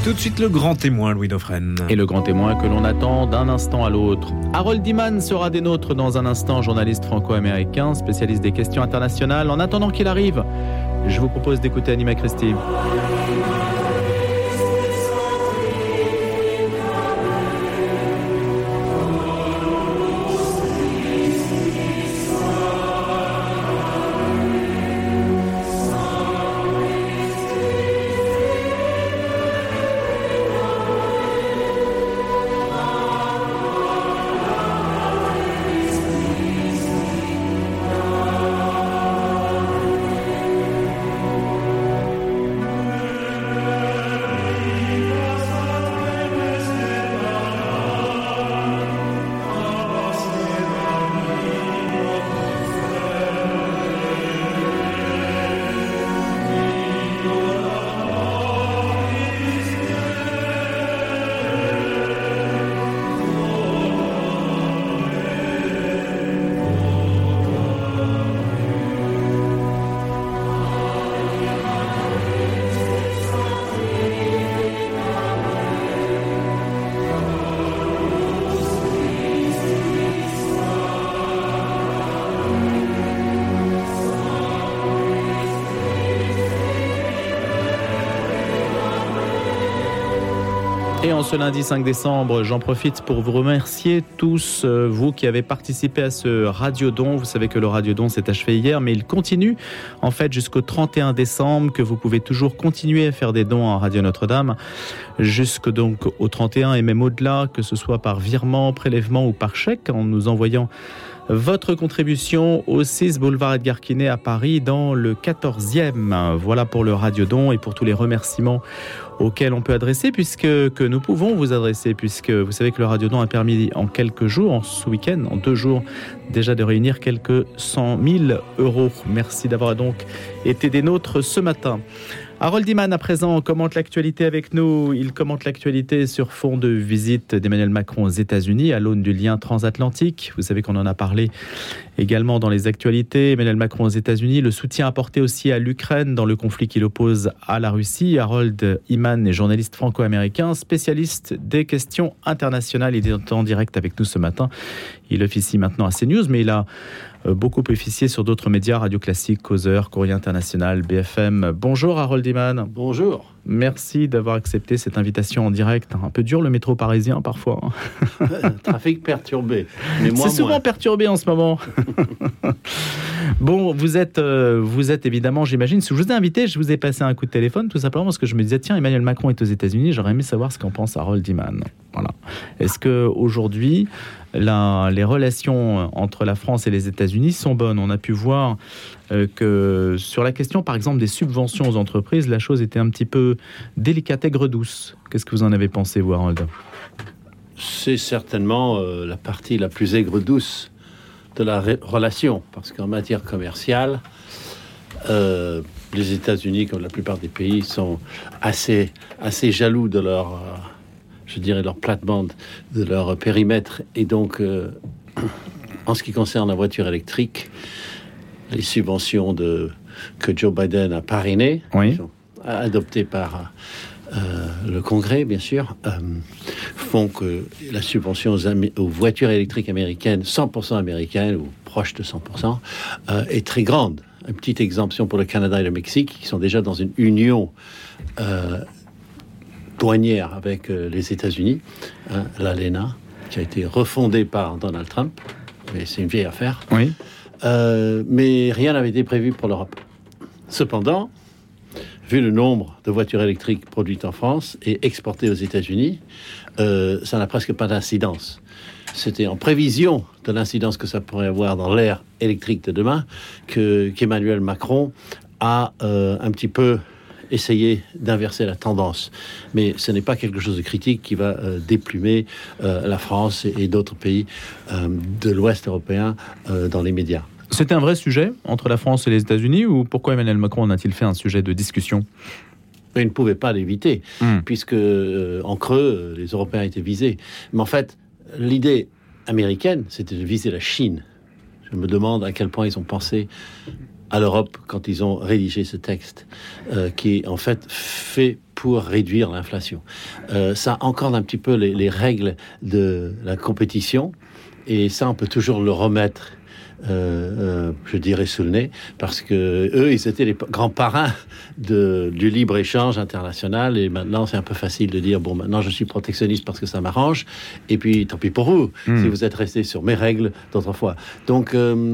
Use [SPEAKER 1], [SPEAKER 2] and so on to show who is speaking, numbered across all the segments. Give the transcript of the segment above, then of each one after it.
[SPEAKER 1] Tout de suite le grand témoin, Louis Dauphren.
[SPEAKER 2] Et le grand témoin que l'on attend d'un instant à l'autre. Harold Iman sera des nôtres dans un instant, journaliste franco-américain, spécialiste des questions internationales. En attendant qu'il arrive, je vous propose d'écouter Anima Christie. Et en ce lundi 5 décembre, j'en profite pour vous remercier tous, vous qui avez participé à ce Radiodon. Vous savez que le Radiodon s'est achevé hier, mais il continue en fait jusqu'au 31 décembre, que vous pouvez toujours continuer à faire des dons à Radio Notre-Dame, jusque donc au 31 et même au-delà, que ce soit par virement, prélèvement ou par chèque, en nous envoyant votre contribution au 6 boulevard Edgar Quinet à Paris dans le 14e. Voilà pour le Radiodon et pour tous les remerciements auxquels on peut adresser, que nous pouvons vous adresser, puisque vous savez que le Radiodon a permis en quelques jours, en ce week-end, en 2 jours, déjà de réunir quelques 100 000 €. Merci d'avoir donc été des nôtres ce matin. Harold Iman, à présent, commente l'actualité avec nous. Il commente l'actualité sur fond de visite d'Emmanuel Macron aux États-Unis à l'aune du lien transatlantique. Vous savez qu'on en a parlé également dans les actualités. Emmanuel Macron aux États-Unis, le soutien apporté aussi à l'Ukraine dans le conflit qui l'oppose à la Russie. Harold Iman est journaliste franco-américain, spécialiste des questions internationales. Il est en direct avec nous ce matin. Il officie maintenant à CNews, mais il a beaucoup officié sur d'autres médias, Radio Classique, Causeur, Courrier International, BFM. Bonjour Harold Iman.
[SPEAKER 3] Bonjour.
[SPEAKER 2] Merci d'avoir accepté cette invitation en direct. Un peu dur le métro parisien parfois.
[SPEAKER 3] Trafic perturbé. Mais moi,
[SPEAKER 2] c'est souvent perturbé en ce moment. Bon, vous êtes évidemment, j'imagine, si je vous ai invité, je vous ai passé un coup de téléphone tout simplement parce que je me disais, tiens, Emmanuel Macron est aux États-Unis, j'aurais aimé savoir ce qu'en pense Harold Iman. Voilà. Est-ce qu'aujourd'hui, les relations entre la France et les États-Unis sont bonnes? On a pu voir que sur la question, par exemple, des subventions aux entreprises, la chose était un petit peu délicate, aigre-douce. Qu'est-ce que vous en avez pensé, vous, Harold?
[SPEAKER 3] C'est certainement la partie la plus aigre-douce de la relation, parce qu'en matière commerciale, les États-Unis, comme la plupart des pays, sont assez jaloux de leur plate-bande, de leur périmètre. Et donc, en ce qui concerne la voiture électrique, les subventions que Joe Biden a parrainées,
[SPEAKER 2] oui,
[SPEAKER 3] adoptées par le Congrès, bien sûr, font que la subvention aux voitures électriques américaines, 100% américaines, ou proche de 100%, est très grande. Une petite exemption pour le Canada et le Mexique, qui sont déjà dans une union douanière avec les États-Unis, l'ALENA, qui a été refondée par Donald Trump, mais c'est une vieille affaire.
[SPEAKER 2] Oui.
[SPEAKER 3] Mais rien n'avait été prévu pour l'Europe. Cependant, vu le nombre de voitures électriques produites en France et exportées aux États-Unis, ça n'a presque pas d'incidence. C'était en prévision de l'incidence que ça pourrait avoir dans l'ère électrique de demain qu'Emmanuel Macron a un petit peu essayé d'inverser la tendance. Mais ce n'est pas quelque chose de critique qui va déplumer la France et d'autres pays de l'Ouest européen dans les médias.
[SPEAKER 2] C'était un vrai sujet entre la France et les États-Unis, ou pourquoi Emmanuel Macron en a-t-il fait un sujet de discussion?
[SPEAKER 3] Il ne pouvait pas l'éviter, puisque en creux, les Européens étaient visés. Mais en fait, l'idée américaine, c'était de viser la Chine. Je me demande à quel point ils ont pensé à l'Europe quand ils ont rédigé ce texte, qui est en fait fait pour réduire l'inflation. Ça encorde un petit peu les règles de la compétition, et ça, on peut toujours le remettre, je dirais, sous le nez, parce que eux, ils étaient les grands parrains du libre-échange international, et maintenant, c'est un peu facile de dire, bon, maintenant, je suis protectionniste parce que ça m'arrange, et puis, tant pis pour vous, si vous êtes restés sur mes règles d'autrefois. Donc,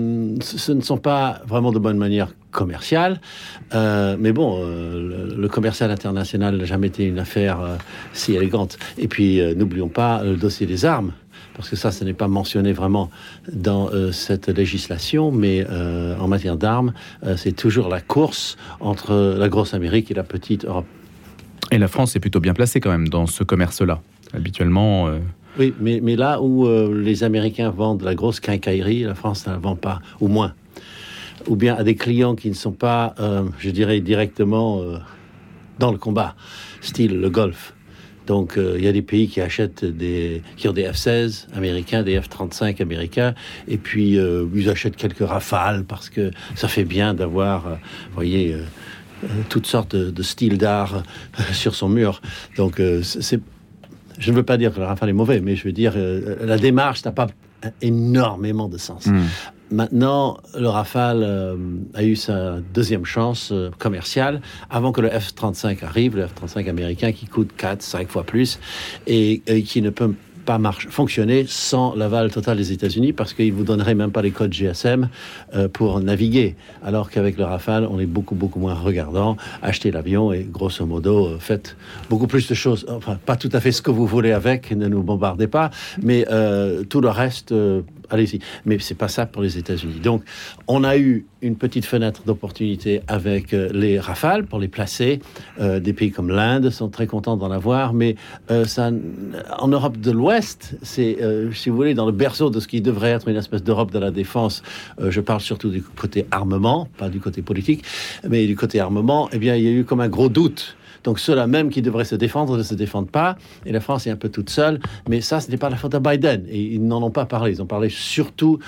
[SPEAKER 3] ce ne sont pas vraiment de bonnes manières commerciales, mais bon, le commercial international n'a jamais été une affaire si élégante. Et puis, n'oublions pas le dossier des armes, parce que ça, ce n'est pas mentionné vraiment dans cette législation, mais en matière d'armes, c'est toujours la course entre la grosse Amérique et la petite Europe.
[SPEAKER 2] Et la France est plutôt bien placée quand même dans ce commerce-là. Habituellement...
[SPEAKER 3] Oui, mais là où les Américains vendent la grosse quincaillerie, la France ne la vend pas, ou moins. Ou bien à des clients qui ne sont pas, je dirais, directement dans le combat, style le golf. Donc, il y a des pays qui achètent qui ont des F-16 américains, des F-35 américains, et puis ils achètent quelques Rafales parce que ça fait bien d'avoir, vous voyez, toutes sortes de styles d'art sur son mur. Donc, je ne veux pas dire que le Rafale est mauvais, mais je veux dire, la démarche n'a pas énormément de sens. Maintenant, le Rafale a eu sa deuxième chance commerciale avant que le F-35 arrive, le F-35 américain qui coûte 4-5 fois plus et qui ne peut pas fonctionner sans l'aval total des États-Unis parce qu'ils ne vous donneraient même pas les codes GSM pour naviguer. Alors qu'avec le Rafale, on est beaucoup moins regardant. Achetez l'avion et grosso modo, faites beaucoup plus de choses. Enfin, pas tout à fait ce que vous voulez avec, ne nous bombardez pas, mais tout le reste... allez-y. Mais c'est pas ça pour les États-Unis. Donc, on a eu une petite fenêtre d'opportunité avec les Rafales pour les placer. Des pays comme l'Inde sont très contents d'en avoir, mais ça, en Europe de l'Ouest, c'est, si vous voulez, dans le berceau de ce qui devrait être une espèce d'Europe de la défense. Je parle surtout du côté armement, pas du côté politique, mais du côté armement. Eh bien, il y a eu comme un gros doute. Donc ceux-là même qui devraient se défendre ne se défendent pas. Et la France est un peu toute seule. Mais ça, ce n'est pas la faute à Biden. Et ils n'en ont pas parlé. Ils ont parlé surtout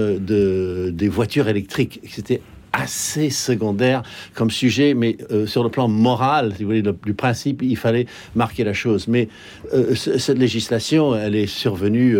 [SPEAKER 3] des voitures électriques. C'était assez secondaire comme sujet. Mais sur le plan moral, si vous voulez, du principe, il fallait marquer la chose. Mais cette législation, elle est survenue...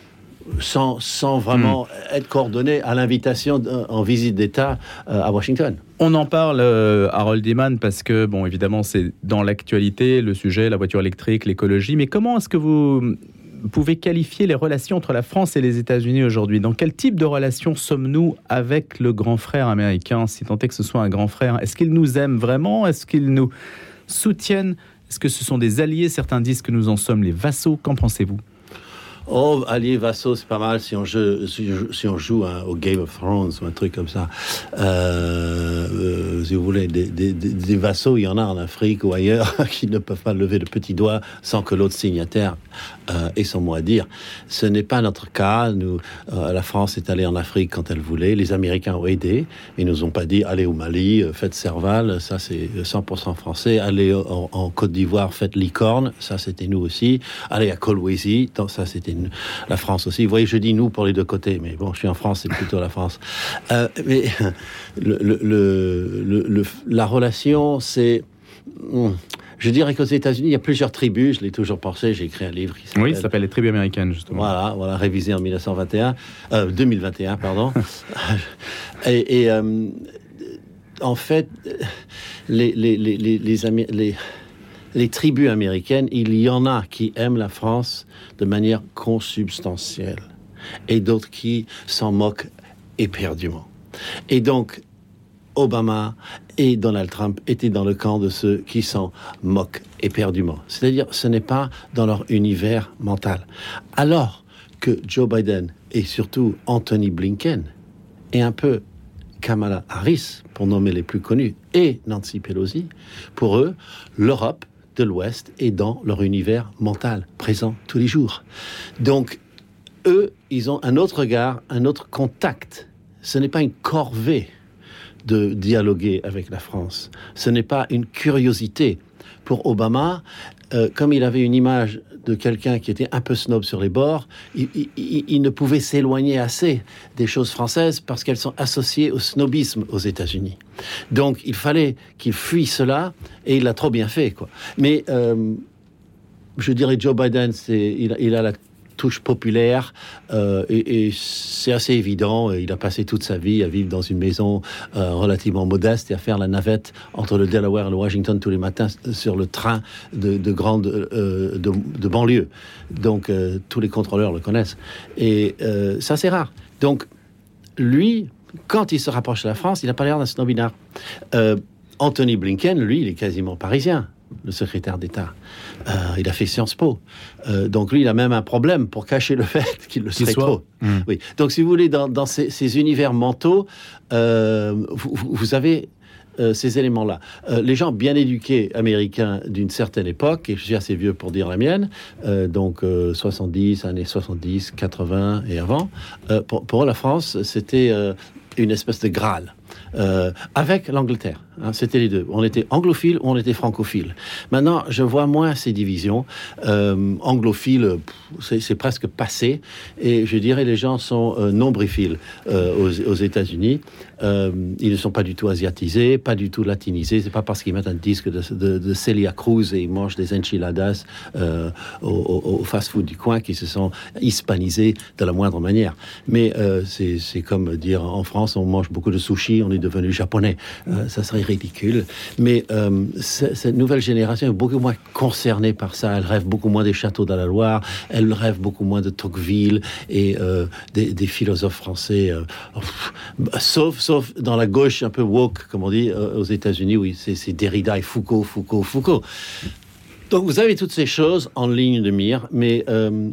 [SPEAKER 3] sans vraiment être coordonné à l'invitation en visite d'État à Washington.
[SPEAKER 2] On en parle, Harold Iman, parce que, bon, évidemment, c'est dans l'actualité, le sujet, la voiture électrique, l'écologie. Mais comment est-ce que vous pouvez qualifier les relations entre la France et les États-Unis aujourd'hui ? Dans quel type de relation sommes-nous avec le grand frère américain, si tant est que ce soit un grand frère ? Est-ce qu'il nous aime vraiment ? Est-ce qu'ils nous soutiennent ? Est-ce que ce sont des alliés ? Certains disent que nous en sommes les vassaux. Qu'en pensez-vous ?
[SPEAKER 3] Oh, alliés, vassaux, c'est pas mal si on joue au Game of Thrones ou un truc comme ça. Si vous voulez, des vassaux, il y en a en Afrique ou ailleurs qui ne peuvent pas lever le petit doigt sans que l'autre signataire ait son mot à dire. Ce n'est pas notre cas. Nous, la France est allée en Afrique quand elle voulait. Les Américains ont aidé. Ils nous ont pas dit allez au Mali, faites Serval, ça c'est 100% français. Allez en Côte d'Ivoire, faites Licorne, ça c'était nous aussi. Allez à Kolwezi, ça c'était la France aussi. Vous voyez, je dis nous pour les deux côtés, mais bon, je suis en France, c'est plutôt la France. Mais la relation, c'est... Je dirais qu'aux États-Unis, il y a plusieurs tribus. Je l'ai toujours pensé. J'ai écrit un livre qui s'appelle...
[SPEAKER 2] Oui, ça s'appelle Les tribus américaines, justement.
[SPEAKER 3] Voilà, révisé en 2021, pardon. et en fait, les tribus américaines, il y en a qui aiment la France de manière consubstantielle et d'autres qui s'en moquent éperdument. Et donc, Obama et Donald Trump étaient dans le camp de ceux qui s'en moquent éperdument. C'est-à-dire, ce n'est pas dans leur univers mental. Alors que Joe Biden et surtout Anthony Blinken et un peu Kamala Harris, pour nommer les plus connus, et Nancy Pelosi, pour eux, l'Europe de l'Ouest est dans leur univers mental, présent tous les jours. Donc, eux, ils ont un autre regard, un autre contact. Ce n'est pas une corvée de dialoguer avec la France. Ce n'est pas une curiosité pour Obama, comme il avait une image de quelqu'un qui était un peu snob sur les bords, il ne pouvait s'éloigner assez des choses françaises parce qu'elles sont associées au snobisme aux États-Unis. Donc, il fallait qu'il fuit cela, et il l'a trop bien fait, quoi. Mais je dirais Joe Biden, il a la touche populaire, et c'est assez évident. Il a passé toute sa vie à vivre dans une maison relativement modeste et à faire la navette entre le Delaware et le Washington tous les matins sur le train de banlieue. Donc tous les contrôleurs le connaissent. Et ça, c'est rare. Donc lui, quand il se rapproche de la France, il n'a pas l'air d'un snobinard. Anthony Blinken, lui, il est quasiment parisien, le secrétaire d'État. Il a fait Sciences Po. Donc lui, il a même un problème pour cacher le fait qu'il le serait trop. Oui. Donc si vous voulez, dans ces univers mentaux, vous avez ces éléments-là. Les gens bien éduqués américains d'une certaine époque, et je suis assez vieux pour dire la mienne, donc 70, années 70, 80 et avant, pour la France, c'était une espèce de Graal. Avec l'Angleterre, hein, c'était les deux. On était anglophile ou on était francophile. Maintenant, je vois moins ces divisions. Anglophile, c'est presque passé. Et je dirais les gens sont nombrophiles aux États-Unis. Ils ne sont pas du tout asiatisés, pas du tout latinisés. C'est pas parce qu'ils mettent un disque de Celia Cruz et ils mangent des enchiladas au fast-food du coin qu'ils se sont hispanisés de la moindre manière. Mais c'est comme dire en France, on mange beaucoup de sushi, on est devenu japonais. Ça serait ridicule. Mais cette nouvelle génération est beaucoup moins concernée par ça. Elle rêve beaucoup moins des châteaux dans la Loire. Elle rêve beaucoup moins de Tocqueville et des philosophes français. Sauf dans la gauche un peu woke, comme on dit, aux États-Unis, oui, c'est Derrida et Foucault. Donc vous avez toutes ces choses en ligne de mire. Mais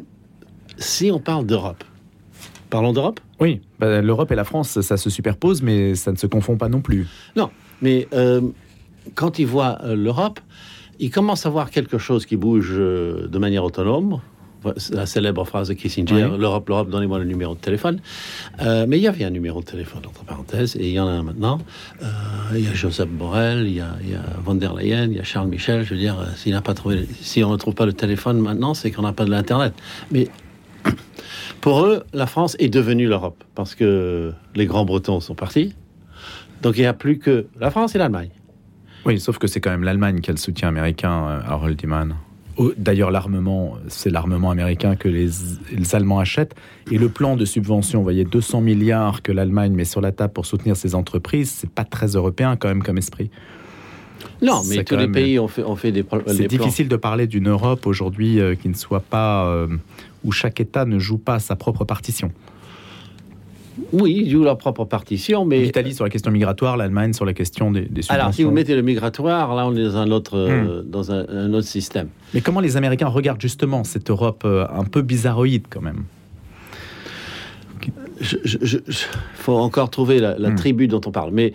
[SPEAKER 3] si on parle d'Europe, parlons d'Europe ?
[SPEAKER 2] Oui, l'Europe et la France, ça se superpose, mais ça ne se confond pas non plus.
[SPEAKER 3] Non, mais quand ils voient l'Europe, ils commencent à voir quelque chose qui bouge de manière autonome. La célèbre phrase de Kissinger, oui. L'Europe, donnez-moi le numéro de téléphone. Mais il y avait un numéro de téléphone, entre parenthèses, et il y en a un maintenant. Il y a Joseph Borrell, il y a von der Leyen, il y a Charles Michel. Je veux dire, si on ne trouve pas le téléphone maintenant, c'est qu'on n'a pas de l'Internet. Mais pour eux, la France est devenue l'Europe, parce que les grands Bretons sont partis. Donc il n'y a plus que la France et l'Allemagne.
[SPEAKER 2] Oui, sauf que c'est quand même l'Allemagne qui a le soutien américain, Harold Iman. D'ailleurs, c'est l'armement américain que les Allemands achètent. Et le plan de subvention, vous voyez, 200 milliards que l'Allemagne met sur la table pour soutenir ses entreprises, c'est pas très européen quand même comme esprit.
[SPEAKER 3] Non, mais tous les pays ont fait des plans.
[SPEAKER 2] C'est difficile de parler d'une Europe aujourd'hui qui ne soit pas... où chaque État ne joue pas sa propre partition.
[SPEAKER 3] Oui, ils jouent leur propre partition, mais...
[SPEAKER 2] L'Italie sur la question migratoire, l'Allemagne sur la question des subventions.
[SPEAKER 3] Alors, si vous mettez le migratoire, là, on est dans un autre système.
[SPEAKER 2] Mais comment les Américains regardent justement cette Europe un peu bizarroïde, quand même ?
[SPEAKER 3] Faut encore trouver la tribu dont on parle. Mais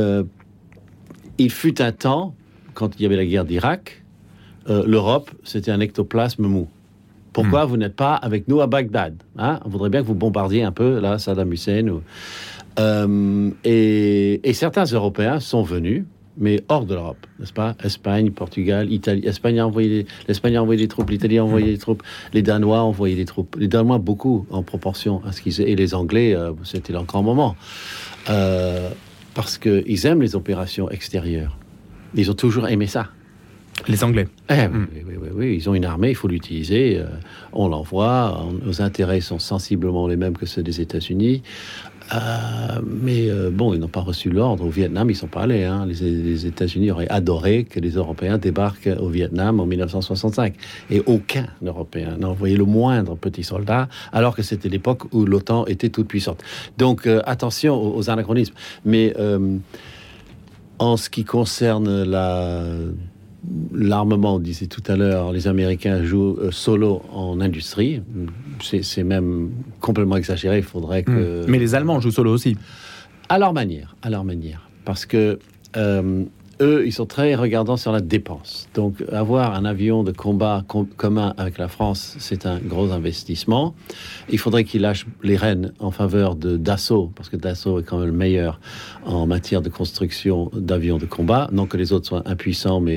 [SPEAKER 3] il fut un temps, quand il y avait la guerre d'Irak, l'Europe, c'était un ectoplasme mou. Pourquoi vous n'êtes pas avec nous à Bagdad, hein? On voudrait bien que vous bombardiez un peu, là, Saddam Hussein. Et certains Européens sont venus, mais hors de l'Europe, n'est-ce pas ? Espagne, Portugal, Italie. L'Espagne a envoyé des troupes, l'Italie a envoyé des troupes, les Danois ont envoyé des troupes. Les Danois, beaucoup, en proportion à ce qu'ils... Et les Anglais, c'était leur grand moment. Parce qu'ils aiment les opérations extérieures. Ils ont toujours aimé ça.
[SPEAKER 2] Les Anglais.
[SPEAKER 3] Oui, ils ont une armée, il faut l'utiliser. On l'envoie. Nos intérêts sont sensiblement les mêmes que ceux des États-Unis. Mais ils n'ont pas reçu l'ordre. Au Vietnam, ils ne sont pas allés. Hein. Les États-Unis auraient adoré que les Européens débarquent au Vietnam en 1965. Et aucun Européen n'a envoyé le moindre petit soldat, alors que c'était l'époque où l'OTAN était toute puissante. Donc, attention aux anachronismes. Mais en ce qui concerne l'armement, on disait tout à l'heure, les Américains jouent solo en industrie. C'est même complètement exagéré. Il faudrait que...
[SPEAKER 2] Mais les Allemands jouent solo aussi.
[SPEAKER 3] À leur manière. Parce que eux, ils sont très regardants sur la dépense. Donc, avoir un avion de combat commun avec la France, c'est un gros investissement. Il faudrait qu'ils lâchent les rênes en faveur de Dassault, parce que Dassault est quand même le meilleur en matière de construction d'avions de combat. Non que les autres soient impuissants, mais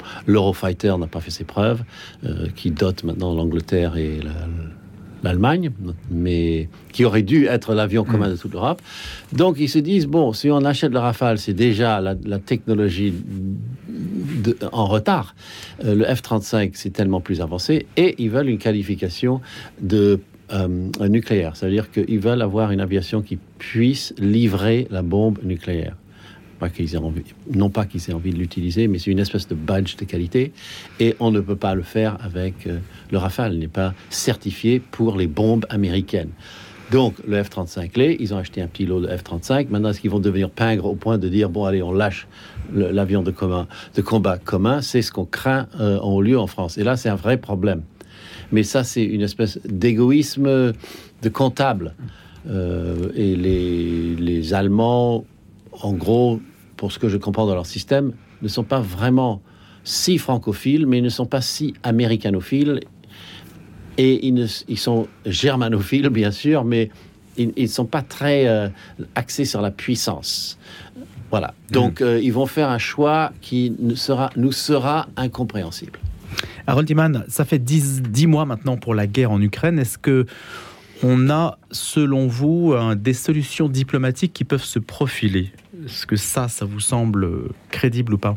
[SPEAKER 3] L'Eurofighter n'a pas fait ses preuves, qui dote maintenant l'Angleterre et l'Allemagne, mais qui aurait dû être l'avion commun de toute l'Europe. Donc ils se disent, bon, si on achète le Rafale, c'est déjà la technologie en retard. Le F-35, c'est tellement plus avancé, et ils veulent une qualification nucléaire. Ça veut dire qu'ils veulent avoir une aviation qui puisse livrer la bombe nucléaire. Non pas qu'ils aient envie de l'utiliser, mais c'est une espèce de badge de qualité, et on ne peut pas le faire avec le Rafale. Il n'est pas certifié pour les bombes américaines. Donc le F-35 l'est, ils ont acheté un petit lot de F-35. Maintenant, est-ce qu'ils vont devenir pingres au point de dire, bon allez, on lâche l'avion de combat commun? C'est ce qu'on craint en haut lieu en France. Et là, c'est un vrai problème. Mais ça, c'est une espèce d'égoïsme de comptable. Et les Allemands, en gros, pour ce que je comprends dans leur système, ne sont pas vraiment si francophiles, mais ils ne sont pas si américanophiles. Et ils sont germanophiles, bien sûr, mais ils ne sont pas très axés sur la puissance. Voilà. Donc, ils vont faire un choix qui nous sera incompréhensible.
[SPEAKER 2] Harold Iman, ça fait 10 mois maintenant pour la guerre en Ukraine. Est-ce que on a, selon vous, des solutions diplomatiques qui peuvent se profiler? Est-ce que ça vous semble crédible ou pas?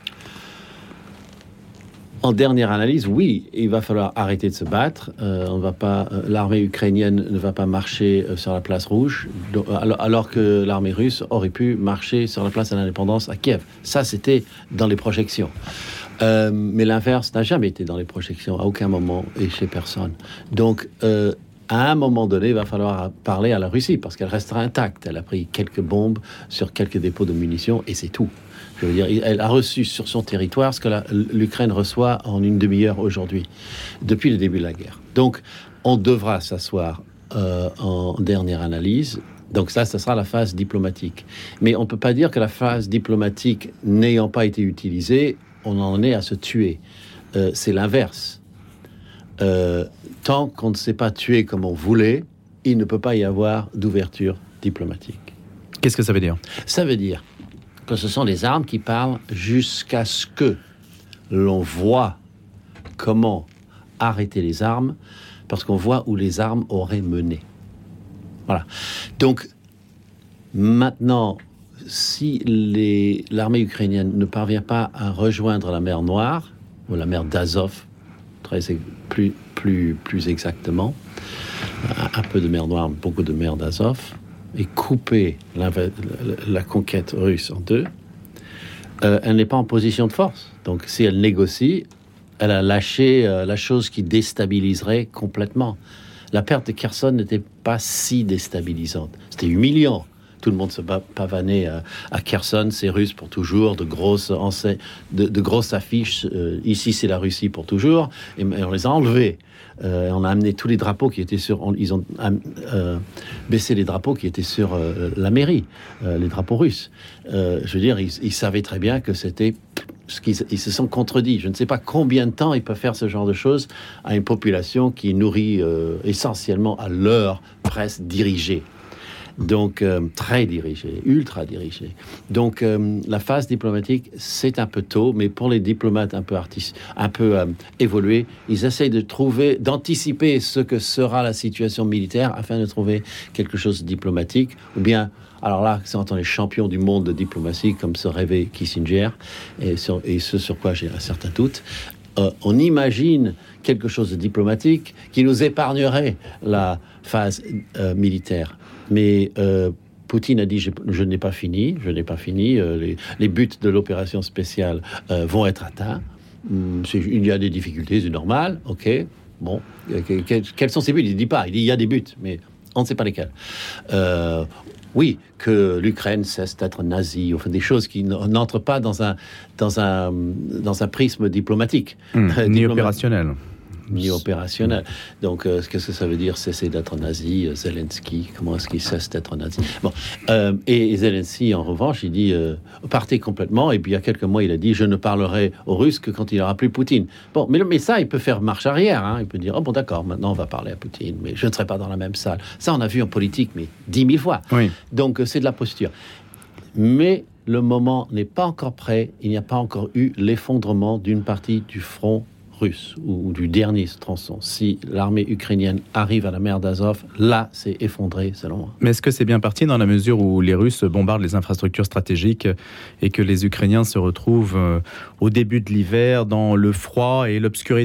[SPEAKER 3] En dernière analyse, oui, il va falloir arrêter de se battre. L'armée ukrainienne ne va pas marcher sur la place rouge, alors que l'armée russe aurait pu marcher sur la place de l'indépendance à Kiev. Ça, c'était dans les projections. Mais l'inverse n'a jamais été dans les projections, à aucun moment et chez personne. Donc, à un moment donné, il va falloir parler à la Russie, parce qu'elle restera intacte. Elle a pris quelques bombes sur quelques dépôts de munitions, et c'est tout. Je veux dire, elle a reçu sur son territoire ce que l'Ukraine reçoit en une demi-heure aujourd'hui, depuis le début de la guerre. Donc, on devra s'asseoir en dernière analyse. Donc ça sera la phase diplomatique. Mais on ne peut pas dire que la phase diplomatique n'ayant pas été utilisée, on en est à se tuer. C'est l'inverse. Tant qu'on ne s'est pas tué comme on voulait, il ne peut pas y avoir d'ouverture diplomatique.
[SPEAKER 2] Qu'est-ce que ça veut dire? Ça
[SPEAKER 3] veut dire que ce sont les armes qui parlent jusqu'à ce que l'on voit comment arrêter les armes, parce qu'on voit où les armes auraient mené. Voilà. Donc, maintenant, si l'armée ukrainienne ne parvient pas à rejoindre la mer Noire, ou la mer d'Azov, plus exactement, un peu de mer Noire, beaucoup de mer d'Azov, et couper la conquête russe en deux, elle n'est pas en position de force. Donc, si elle négocie, elle a lâché la chose qui déstabiliserait complètement. La perte de Kherson n'était pas si déstabilisante. C'était humiliant. Tout le monde se pavanait à Kherson, c'est russe pour toujours, de grosses affiches. Ici, c'est la Russie pour toujours. Et on les a enlevés. On a amené tous les drapeaux qui étaient ils ont baissé les drapeaux qui étaient sur la mairie, les drapeaux russes. Je veux dire, ils savaient très bien que c'était... Ils se sont contredits. Je ne sais pas combien de temps ils peuvent faire ce genre de choses à une population qui nourrit essentiellement à leur presse dirigée. Donc, très dirigée, ultra dirigée. Donc, la phase diplomatique, c'est un peu tôt, mais pour les diplomates un peu évolués, ils essayent d'anticiper ce que sera la situation militaire afin de trouver quelque chose de diplomatique, ou bien... Alors là, c'est entre les champions du monde de diplomatie, comme se rêvait Kissinger, et ce sur quoi j'ai un certain doute. On imagine quelque chose de diplomatique qui nous épargnerait la phase militaire. Mais Poutine a dit je n'ai pas fini, les buts de l'opération spéciale vont être atteints. Il y a des difficultés, c'est normal, ok. Bon, quels sont ces buts? Il ne dit pas, il dit il y a des buts, mais on ne sait pas lesquels. Oui, que l'Ukraine cesse d'être nazie, enfin des choses qui n'entrent pas dans un prisme diplomatique.
[SPEAKER 2] Ni opérationnel.
[SPEAKER 3] Ni opérationnel. Donc, qu'est-ce que ça veut dire, cesser d'être nazi? Zelensky, comment est-ce qu'il cesse d'être nazi? Bon, et Zelensky, en revanche, il dit partez complètement. Et puis, il y a quelques mois, il a dit je ne parlerai aux Russes que quand il n'y aura plus Poutine. Bon, mais ça, il peut faire marche arrière. Hein. Il peut dire oh bon, d'accord, maintenant on va parler à Poutine, mais je ne serai pas dans la même salle. Ça, on a vu en politique, mais 10 000 fois.
[SPEAKER 2] Oui.
[SPEAKER 3] Donc, c'est de la posture. Mais le moment n'est pas encore prêt. Il n'y a pas encore eu l'effondrement d'une partie du front russe ou du dernier tronçon. Si l'armée ukrainienne arrive à la mer d'Azov, là, c'est effondré, selon moi.
[SPEAKER 2] Mais est-ce que c'est bien parti dans la mesure où les Russes bombardent les infrastructures stratégiques et que les Ukrainiens se retrouvent au début de l'hiver dans le froid et l'obscurité ?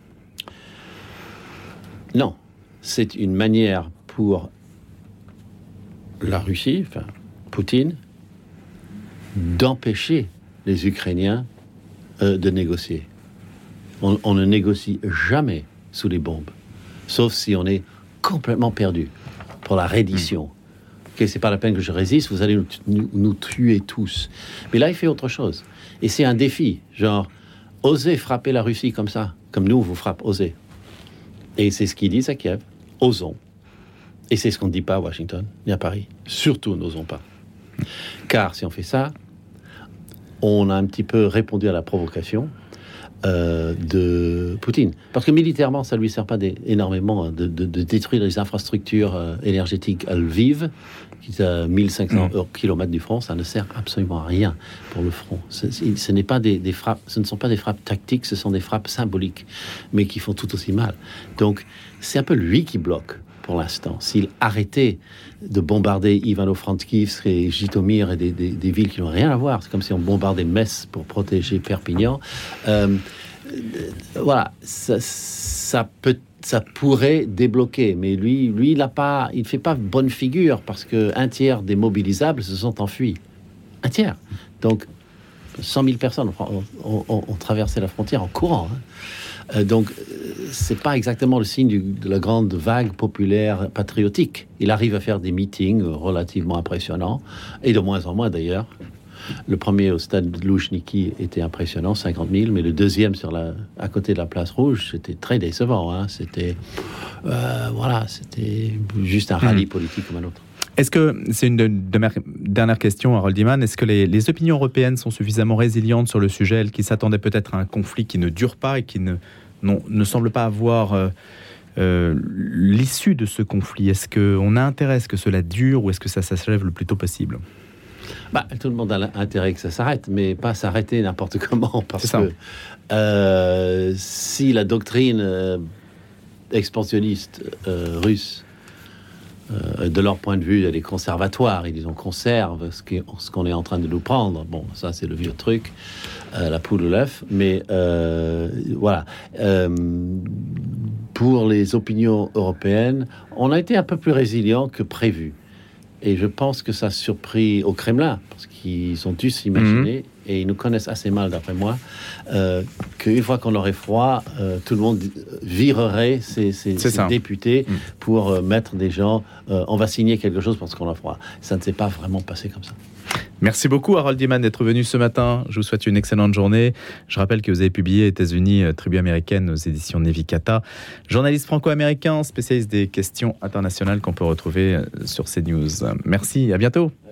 [SPEAKER 3] Non, c'est une manière pour la Russie, enfin Poutine, d'empêcher les Ukrainiens de négocier. On ne négocie jamais sous les bombes, sauf si on est complètement perdu pour la reddition. Okay, c'est pas la peine que je résiste, vous allez nous tuer tous. Mais là, il fait autre chose. Et c'est un défi, genre, osez frapper la Russie comme ça, comme nous, vous frappez, osez. Et c'est ce qu'ils disent à Kiev, osons. Et c'est ce qu'on ne dit pas à Washington, ni à Paris. Surtout, n'osons pas. Car si on fait ça, on a un petit peu répondu à la provocation de Poutine. Parce que militairement, ça ne lui sert pas énormément de détruire les infrastructures énergétiques à Lviv, qui est à 1500 km du front. Ça ne sert absolument à rien pour le front. Ce n'est pas des frappes, ce ne sont pas des frappes tactiques, ce sont des frappes symboliques, mais qui font tout aussi mal. Donc, c'est un peu lui qui bloque pour l'instant. S'il arrêtait de bombarder Ivano-Frankivsk et Jitomir et des villes qui n'ont rien à voir, c'est comme si on bombardait Metz pour protéger Perpignan. Voilà, ça pourrait débloquer, mais lui, il fait pas bonne figure parce que un tiers des mobilisables se sont enfuis. Un tiers. Donc 100 000 personnes ont traversé la frontière en courant. Donc, c'est pas exactement le signe de la grande vague populaire patriotique. Il arrive à faire des meetings relativement impressionnants, et de moins en moins d'ailleurs. Le premier au stade de Loujniki était impressionnant, 50 000, mais le deuxième à côté de la place Rouge, c'était très décevant. C'était juste un rallye politique comme un autre.
[SPEAKER 2] Est-ce que, c'est une de mes dernières questions, Harold Iman, est-ce que les opinions européennes sont suffisamment résilientes sur le sujet, elles qui s'attendaient peut-être à un conflit qui ne dure pas et qui ne semble pas avoir l'issue de ce conflit? Est-ce qu'on a intérêt à ce que cela dure ou est-ce que ça s'achève le plus tôt possible?
[SPEAKER 3] Tout le monde a intérêt que ça s'arrête, mais pas s'arrêter n'importe comment, parce que si la doctrine expansionniste russe, de leur point de vue, elle est conservatoire. Ils disent on conserve ce qu'on est en train de nous prendre. Bon, ça c'est le vieux truc, la poule ou l'œuf. Mais voilà. Pour les opinions européennes, on a été un peu plus résilient que prévu. Et je pense que ça a surpris au Kremlin, parce qu'ils ont dû s'imaginer, et ils nous connaissent assez mal, d'après moi, qu'une fois qu'on aurait froid, tout le monde virerait ses députés pour mettre des gens, on va signer quelque chose parce qu'on a froid. Ça ne s'est pas vraiment passé comme ça.
[SPEAKER 2] Merci beaucoup Harold Iman d'être venu ce matin. Je vous souhaite une excellente journée. Je rappelle que vous avez publié États-Unis, tribu américaine aux éditions Nevikata. Journaliste franco-américain, spécialiste des questions internationales qu'on peut retrouver sur CNews. Merci, à bientôt.